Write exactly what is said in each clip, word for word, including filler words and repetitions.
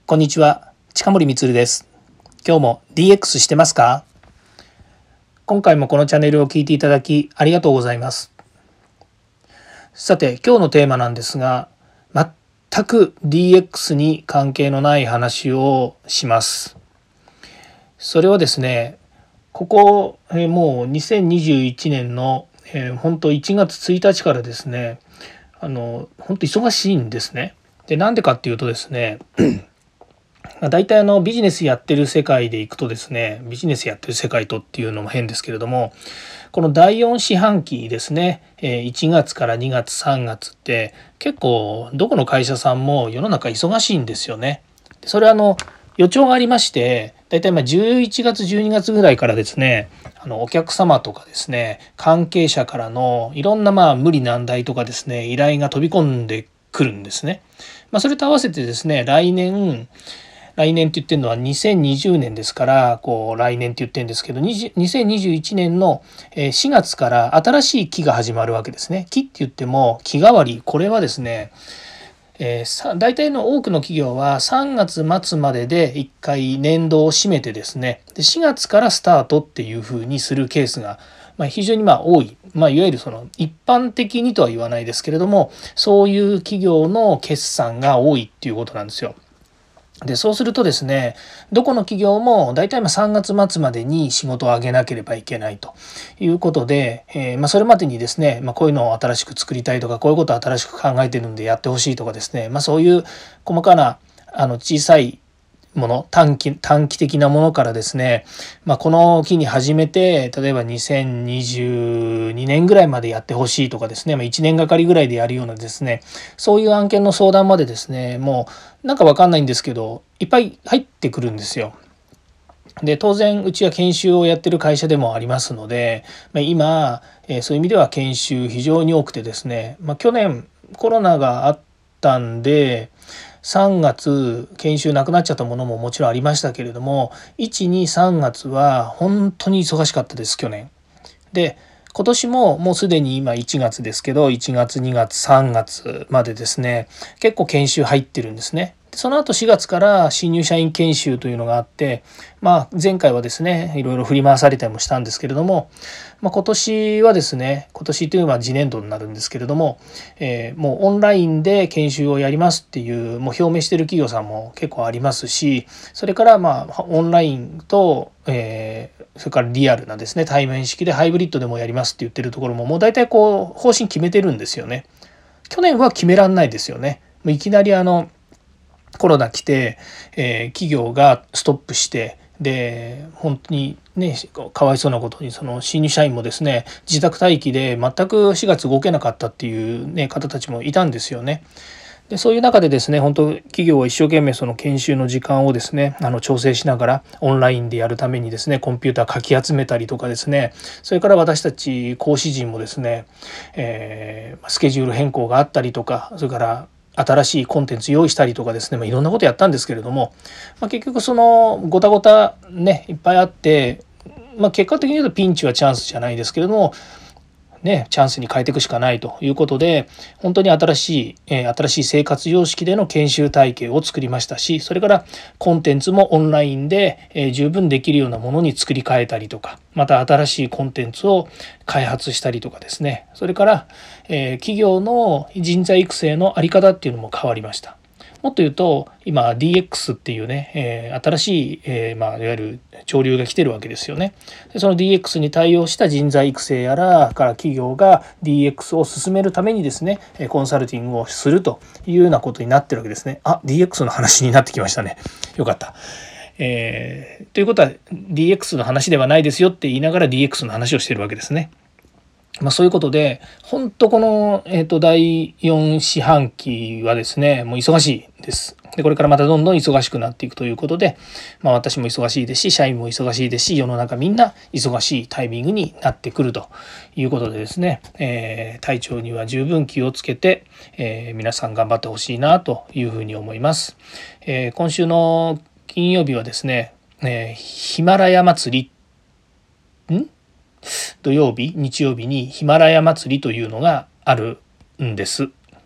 こんにちは、近森光です。今日も ディーエックス してますか？今回もこのチャンネルを聞いていただきありがとうございます。さて、今日のテーマなんですが、全く ディーエックス に関係のない話をします。それはですね、ここ、えーもうにせんにじゅういちねんの、えー、本当いちがつついたちからですね、あの本当忙しいんですね。で、なんでかっていうとですね、大体あのビジネスやってる世界でいくとですね、ビジネスやってる世界とっていうのも変ですけれども、このだいよん四半期ですね、いちがつからにがつさんがつって結構どこの会社さんも世の中忙しいんですよね。それはあの予兆がありまして、大体まあじゅういちがつじゅうにがつぐらいからですね、あのお客様とかですね、関係者からのいろんなまあ無理難題とかですね、依頼が飛び込んでくるんですね。まあ、それと合わせてですね、来年来年って言ってるのはにせんにじゅうねんですから、こう来年って言ってるんですけど、にせんにじゅういちねんのしがつから新しい期が始まるわけですね。期って言っても期替わり、これはですね、えー、大体の多くの企業はさんがつ末まででいっかい年度を締めてですね、でしがつからスタートっていうふうにするケースが、まあ、非常にまあ多い、まあ、いわゆるその一般的にとは言わないですけれども、そういう企業の決算が多いっていうことなんですよ。で、そうするとですね、どこの企業も大体さんがつ末までに仕事を上げなければいけないということで、えーまあ、それまでにですね、まあ、こういうのを新しく作りたいとか、こういうことを新しく考えてるんでやってほしいとかですね、まあ、そういう細かなあの小さいもの、短期短期的なものからですね、まあ、この期に始めて例えばにせんにじゅうにねんぐらいまでやってほしいとかですね、まあ、いちねんがかりぐらいでやるようなですね、そういう案件の相談までですね、もうなんかわかんないんですけどいっぱい入ってくるんですよ。で、当然うちは研修をやってる会社でもありますので、まあ、今、えーそういう意味では研修非常に多くてですね、まあ、去年コロナがあったんでさんがつ研修なくなっちゃったものももちろんありましたけれども、いち、に、さんがつは本当に忙しかったです、去年。で、今年ももうすでに今いちがつですけど、いちがつにがつさんがつまでですね、結構研修入ってるんですね。その後しがつから新入社員研修というのがあって、まあ、前回はですねいろいろ振り回されたりもしたんですけれども、まあ、今年はですね、今年というのは次年度になるんですけれども、えーもうオンラインで研修をやりますっていうもう表明している企業さんも結構ありますし、それからまあオンラインと、えーそれからリアルなですね対面式でハイブリッドでもやりますって言ってるところももう大体こう方針決めてるんですよね。去年は決めらんないですよね。もういきなりあのコロナ来て、えー企業がストップして、で本当にねかわいそうなことにその新入社員もですね自宅待機で全くしがつ動けなかったっていう、ね、方たちもいたんですよね。でそういう中でですね、本当企業は一生懸命その研修の時間をですねあの調整しながらオンラインでやるためにですねコンピューターかき集めたりとかですね、それから私たち講師陣もですね、えースケジュール変更があったりとか、それから新しいコンテンツ用意したりとかですね、まあ、いろんなことやったんですけれども、まあ、結局そのごたごたねいっぱいあって、まあ、結果的に言うとピンチはチャンスじゃないですけれどもね、チャンスに変えていくしかないということで、本当に新しい、えー新しい生活様式での研修体系を作りましたし、それからコンテンツもオンラインで、えー十分できるようなものに作り変えたりとか、また新しいコンテンツを開発したりとかですね、それから、えー企業の人材育成の在り方っていうのも変わりました。もっと言うと今 ディーエックス っていうね、えー新しい、えーまあ、いわゆる潮流が来てるわけですよね。でその ディーエックス に対応した人材育成やらから企業が ディーエックス を進めるためにですねコンサルティングをするというようなことになってるわけですね。あ、 ディーエックス の話になってきましたね。よかった。えーということは ディーエックス の話ではないですよって言いながら ディーエックス の話をしてるわけですね。まあ、そういうことで本当この、えー、とだいよん四半期はですねもう忙しいです。でこれからまたどんどん忙しくなっていくということで、まあ、私も忙しいですし社員も忙しいですし世の中みんな忙しいタイミングになってくるということでですね、えー体調には十分気をつけて、えー皆さん頑張ってほしいなというふうに思います。えー今週の金曜日はですね、えーヒマラヤ祭りん土曜日日曜日にヒマラヤ祭りというのがあるんです。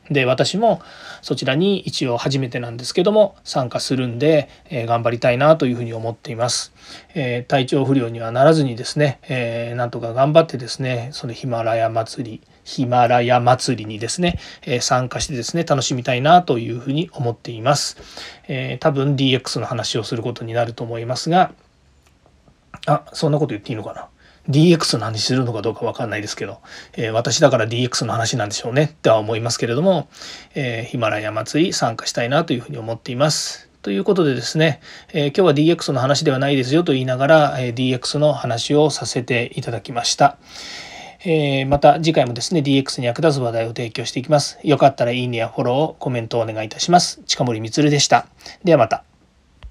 で、私もそちらに一応初めてなんですけども参加するんで、えー頑張りたいなというふうに思っています。えー体調不良にはならずにですね、えーなんとか頑張ってですね、そのヒマラヤ祭り、ヒマラヤ祭りにですね、えー参加してですね、楽しみたいなというふうに思っています。えー多分 ディーエックス の話をすることになると思いますが、あ、そんなこと言っていいのかな。ディーエックス の話するのかどうかわかんないですけど、えー私だから ディーエックス の話なんでしょうねっては思いますけれども、えーヒマラヤ祭り参加したいなというふうに思っています。ということでですね、えー今日は ディーエックス の話ではないですよと言いながら、えー ディーエックス の話をさせていただきました。えーまた次回もですね ディーエックス に役立つ話題を提供していきます。よかったらいいねやフォロー、コメントをお願いいたします。近森光でした。ではまた。